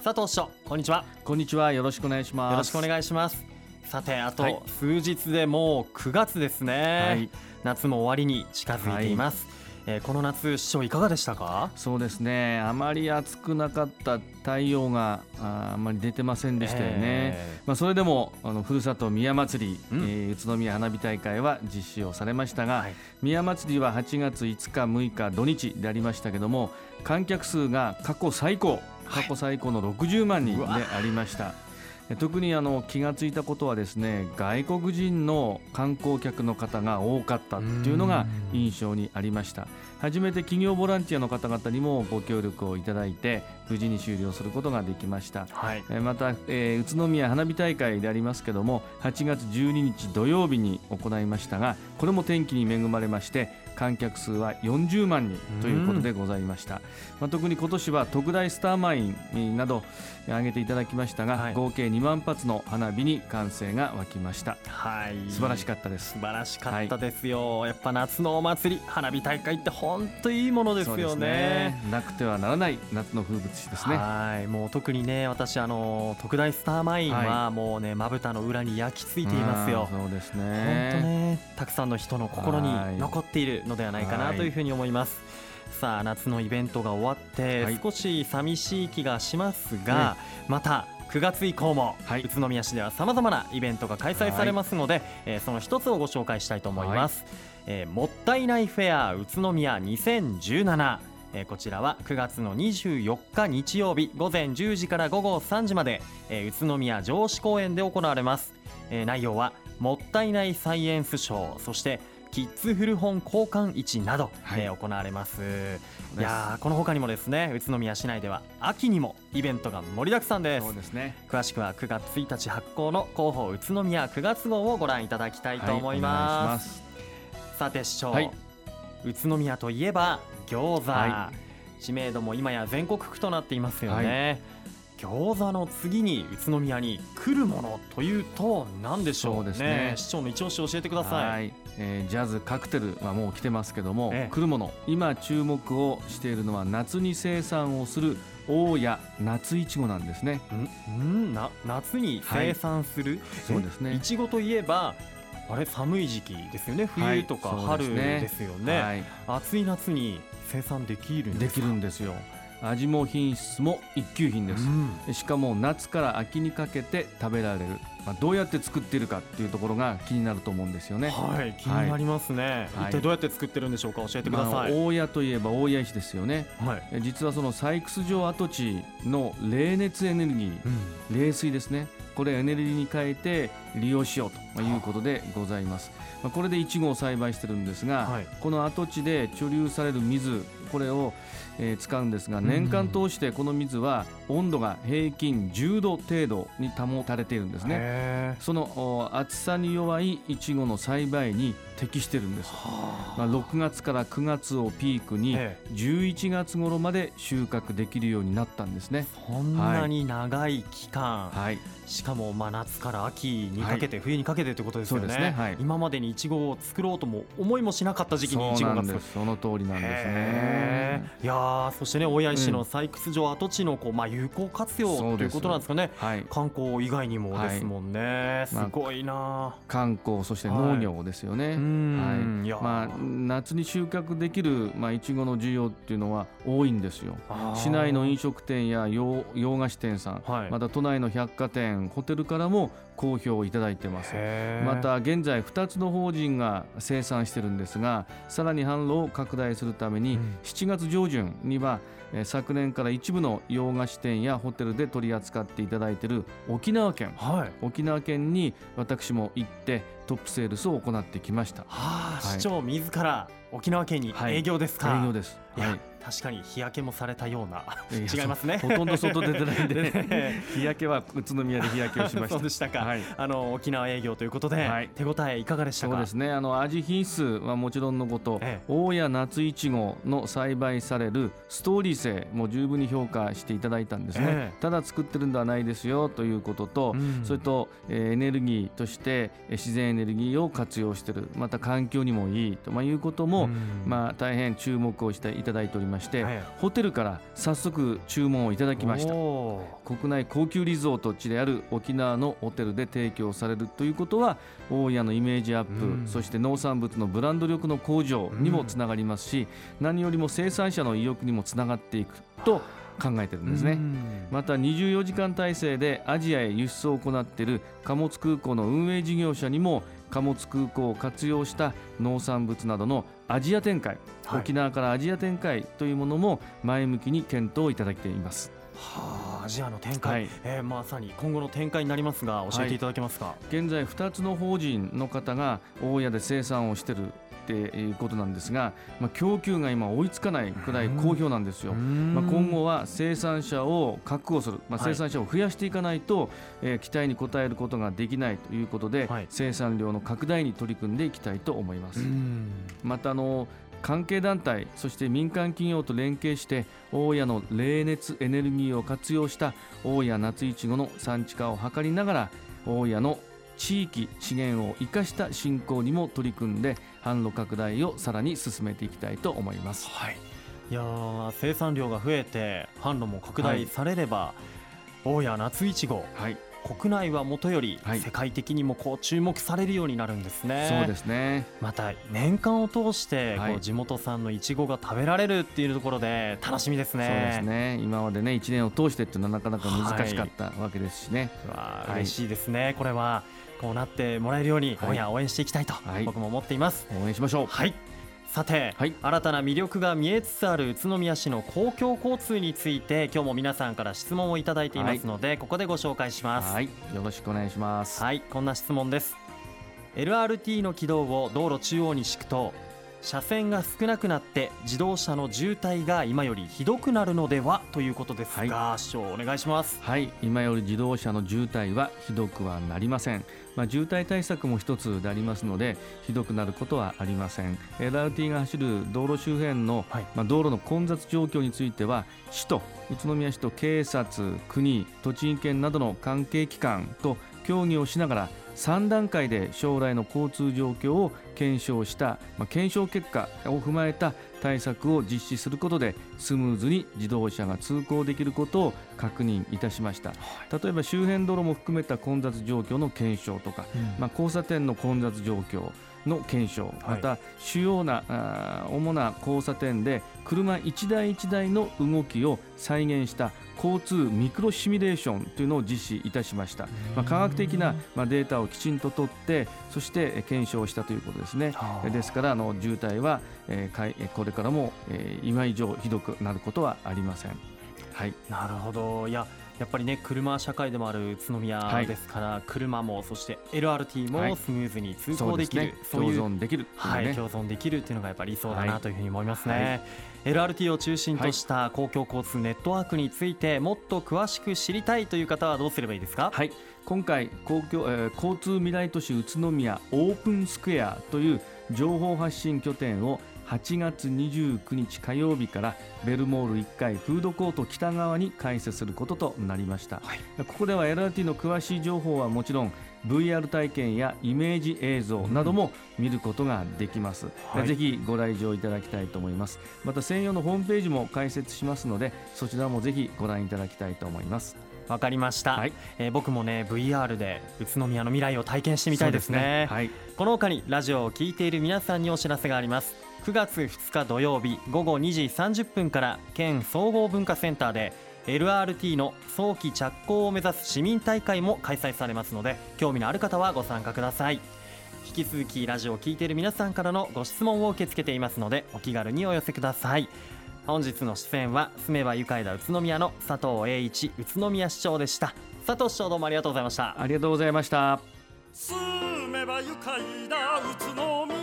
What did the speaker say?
佐藤市長、こんにちは。 こんにちは、よろしくお願いします。 よろしくお願いします。さて、あはいと数日でもう9月ですね、 はい、 夏も終わりに近づいています、この夏、市長いかがでしたか？ そうですね、あまり暑くなかった太陽があまり出てませんでしたよね、それでもふるさと宮祭り、宇都宮花火大会は実施をされましたが、宮祭りは8月5日6日土日でありましたけども、観客数が過去最高の60万人でありました。特に気がついたことはですね、外国人の観光客の方が多かったっていうのが印象にありました。初めて企業ボランティアの方々にもご協力をいただいて無事に終了することができました、また、宇都宮花火大会でありますけども、8月12日土曜日に行いましたが、これも天気に恵まれまして観客数は40万人ということでございました。特に今年は特大スターマインなど挙げていただきましたが、合計2万発の花火に歓声が沸きました。素晴らしかったです。 素晴らしかったですよ、やっぱ夏のお祭り、花火大会って本当いいものですよ ね。 なくてはならない夏の風物詩ですね。 もう特にね、私特大スターマインはもうね、まぶたの裏に焼き付いていますよ。 そうですね、 本当ね、たくさんの人の心に残っているのではないかなというふうに思います。さあ、夏のイベントが終わって少し寂しい気がしますが、また9月以降も宇都宮市ではさまざまなイベントが開催されますので、その一つをご紹介したいと思います。もったいないフェア宇都宮2017、こちらは9月の24日日曜日午前10時から午後3時まで、宇都宮城址公園で行われます。内容はもったいないサイエンスショー、そしてキッズ古本交換市など、行われます。いや、この他にもですね、宇都宮市内では秋にもイベントが盛りだくさんです。 そうですね、 詳しくは9月1日発行の広報宇都宮9月号をご覧いただきたいと思います。さて市長、宇都宮といえば餃子、知名度も今や全国区となっていますよね。餃子の次に宇都宮に来るものというと何でしょうね。市長の一押し教えてください。 ジャズカクテルはもう来てますけども、来るもの、今注目をしているのは夏に生産をする大谷夏いちごなんですね。 夏に生産する、 そうですね、 いちごといえばあれ寒い時期ですよね。冬とか春ですよね。暑い夏に生産できるんですか？ できるんですよ。味も品質も一級品です、しかも夏から秋にかけて食べられる、どうやって作っているかっていうところが気になると思うんですよね。 気になりますね、一体どうやって作ってるんでしょうか？教えてください。 大谷といえば大谷石ですよね、実はその採掘場跡地の冷熱エネルギー、冷水ですね、これエネルギーに変えて利用しようということでございます。これでイチゴを栽培してるんですが、この跡地で貯留される水、これを使うんですが、年間通してこの水は温度が平均10度程度に保たれているんですね。その暑さに弱いイチゴの栽培に適しているんです。6月から9月をピークに11月頃まで収穫できるようになったんですね。 そんなに長い期間、しかも夏から秋にかけて、冬にかけてということですよね。今までにイチゴを作ろうとも思いもしなかった時期にイチゴが作る。 その通りなんですね。 いや、そしてね、大谷石の採掘場跡地の有効活用ということなんですかね。観光以外にもですもんね。すごいな。 観光、そして農業ですよね。夏に収穫できるイチゴの需要っていうのは多いんですよ。市内の飲食店や洋菓子店さん、また都内の百貨店、ホテルからも好評いただいてます。また現在2つの法人が生産してるんですが、さらに販路を拡大するために7月上旬には昨年から一部の洋菓子店やホテルで取り扱っていただいている沖縄県に私も行ってトップセールスを行ってきました。 市長自ら沖縄県に営業ですか？ 営業です。 確かに日焼けもされたような違いますね。 ほとんど外出てないんで日焼けは宇都宮で日焼けをしました。 そうでしたか。沖縄営業ということで、手応えいかがでしたか？ そうですね、味品質はもちろんのこと、大谷夏いちごの栽培されるストーリー性も十分に評価していただいたんですね。ただ作ってるんではないですよということと、それとエネルギーとして自然エネルギーを活用している、また環境にもいいということも大変注目をしていただいております。 まして、ホテルから早速注文をいただきました。国内高級リゾート地である沖縄のホテルで提供されるということは、大谷のイメージアップ、そして農産物のブランド力の向上にもつながりますし、何よりも生産者の意欲にもつながっていくと考えているんですね。また24時間体制でアジアへ輸出を行っている貨物空港の運営事業者にも、貨物空港を活用した農産物などのアジア展開、沖縄からアジア展開というものも前向きに検討いただいています。 アジアの展開、まさに今後の展開になりますが、教えていただけますか。 現在2つの法人の方が大谷で生産をしているっていうことなんですが、供給が今追いつかないくらい好評なんですよ。今後は生産者を確保する、生産者を増やしていかないと、期待に応えることができないということで、生産量の拡大に取り組んでいきたいと思います。また関係団体、そして民間企業と連携して大谷の冷熱エネルギーを活用した大谷夏いちごの産地化を図りながら、大谷の地域資源を生かした振興にも取り組んで、販路拡大をさらに進めていきたいと思います。 いや、生産量が増えて販路も拡大されれば、大谷夏いちご、国内はもとより世界的にも注目されるようになるんですね。 そうですね。 また年間を通して地元産のいちごが食べられるっていうところで楽しみですね。 そうですね。今までね、1年を通してっていうのはなかなか難しかったわけですしね。 嬉しいですね。これはこうなってもらえるように大谷応援していきたいと僕も思っています。 応援しましょう。 さて、新たな魅力が見えつつある宇都宮市の公共交通について、今日も皆さんから質問をいただいていますので、ここでご紹介します。 よろしくお願いします。 こんな質問です。 LRT の軌道を道路中央に敷くと、車線が少なくなって自動車の渋滞が今よりひどくなるのではということですが、市長お願いします。 今より自動車の渋滞はひどくはなりません。渋滞対策も一つでありますので、ひどくなることはありません。 LRT が走る道路周辺の、道路の混雑状況については、市と宇都宮市と警察、国、栃木県などの関係機関と協議をしながら、3段階で将来の交通状況を検証した、検証結果を踏まえた対策を実施することで、スムーズに自動車が通行できることを確認いたしました。例えば周辺道路も含めた混雑状況の検証とか、交差点の混雑状況の検証、また主要な主な交差点で車一台一台の動きを再現した交通ミクロシミュレーションというのを実施いたしました。科学的なデータをきちんと取って、そして検証したということですね。ですから渋滞はこれからも今以上ひどくなることはありません。 なるほど。やっぱりね、車社会でもある宇都宮ですから、車もそして LRT もスムーズに通行できる、 共存できる、 共存できるっていうのがやっぱり理想だなというふうに思いますね。LRT を中心とした公共交通ネットワークについてもっと詳しく知りたいという方はどうすればいいですか？ 今回交通未来都市宇都宮オープンスクエアという情報発信拠点を8月29日火曜日からベルモール1階フードコート北側に開設することとなりました。ここでは LRT の詳しい情報はもちろん VR 体験やイメージ映像なども見ることができます。ぜひご来場いただきたいと思います。また専用のホームページも開設しますので、そちらもぜひご覧いただきたいと思います。 わかりました。僕もね VR で宇都宮の未来を体験してみたいですね。この他にラジオを聞いている皆さんにお知らせがあります。9月2日土曜日午後2時30分から県総合文化センターで LRT の早期着工を目指す市民大会も開催されますので、興味のある方はご参加ください。引き続きラジオを聞いている皆さんからのご質問を受け付けていますので、お気軽にお寄せください。本日の出演は住めば愉快だ宇都宮の佐藤栄一宇都宮市長でした。佐藤市長、どうもありがとうございました。 ありがとうございました。 住めば愉快だ宇都宮。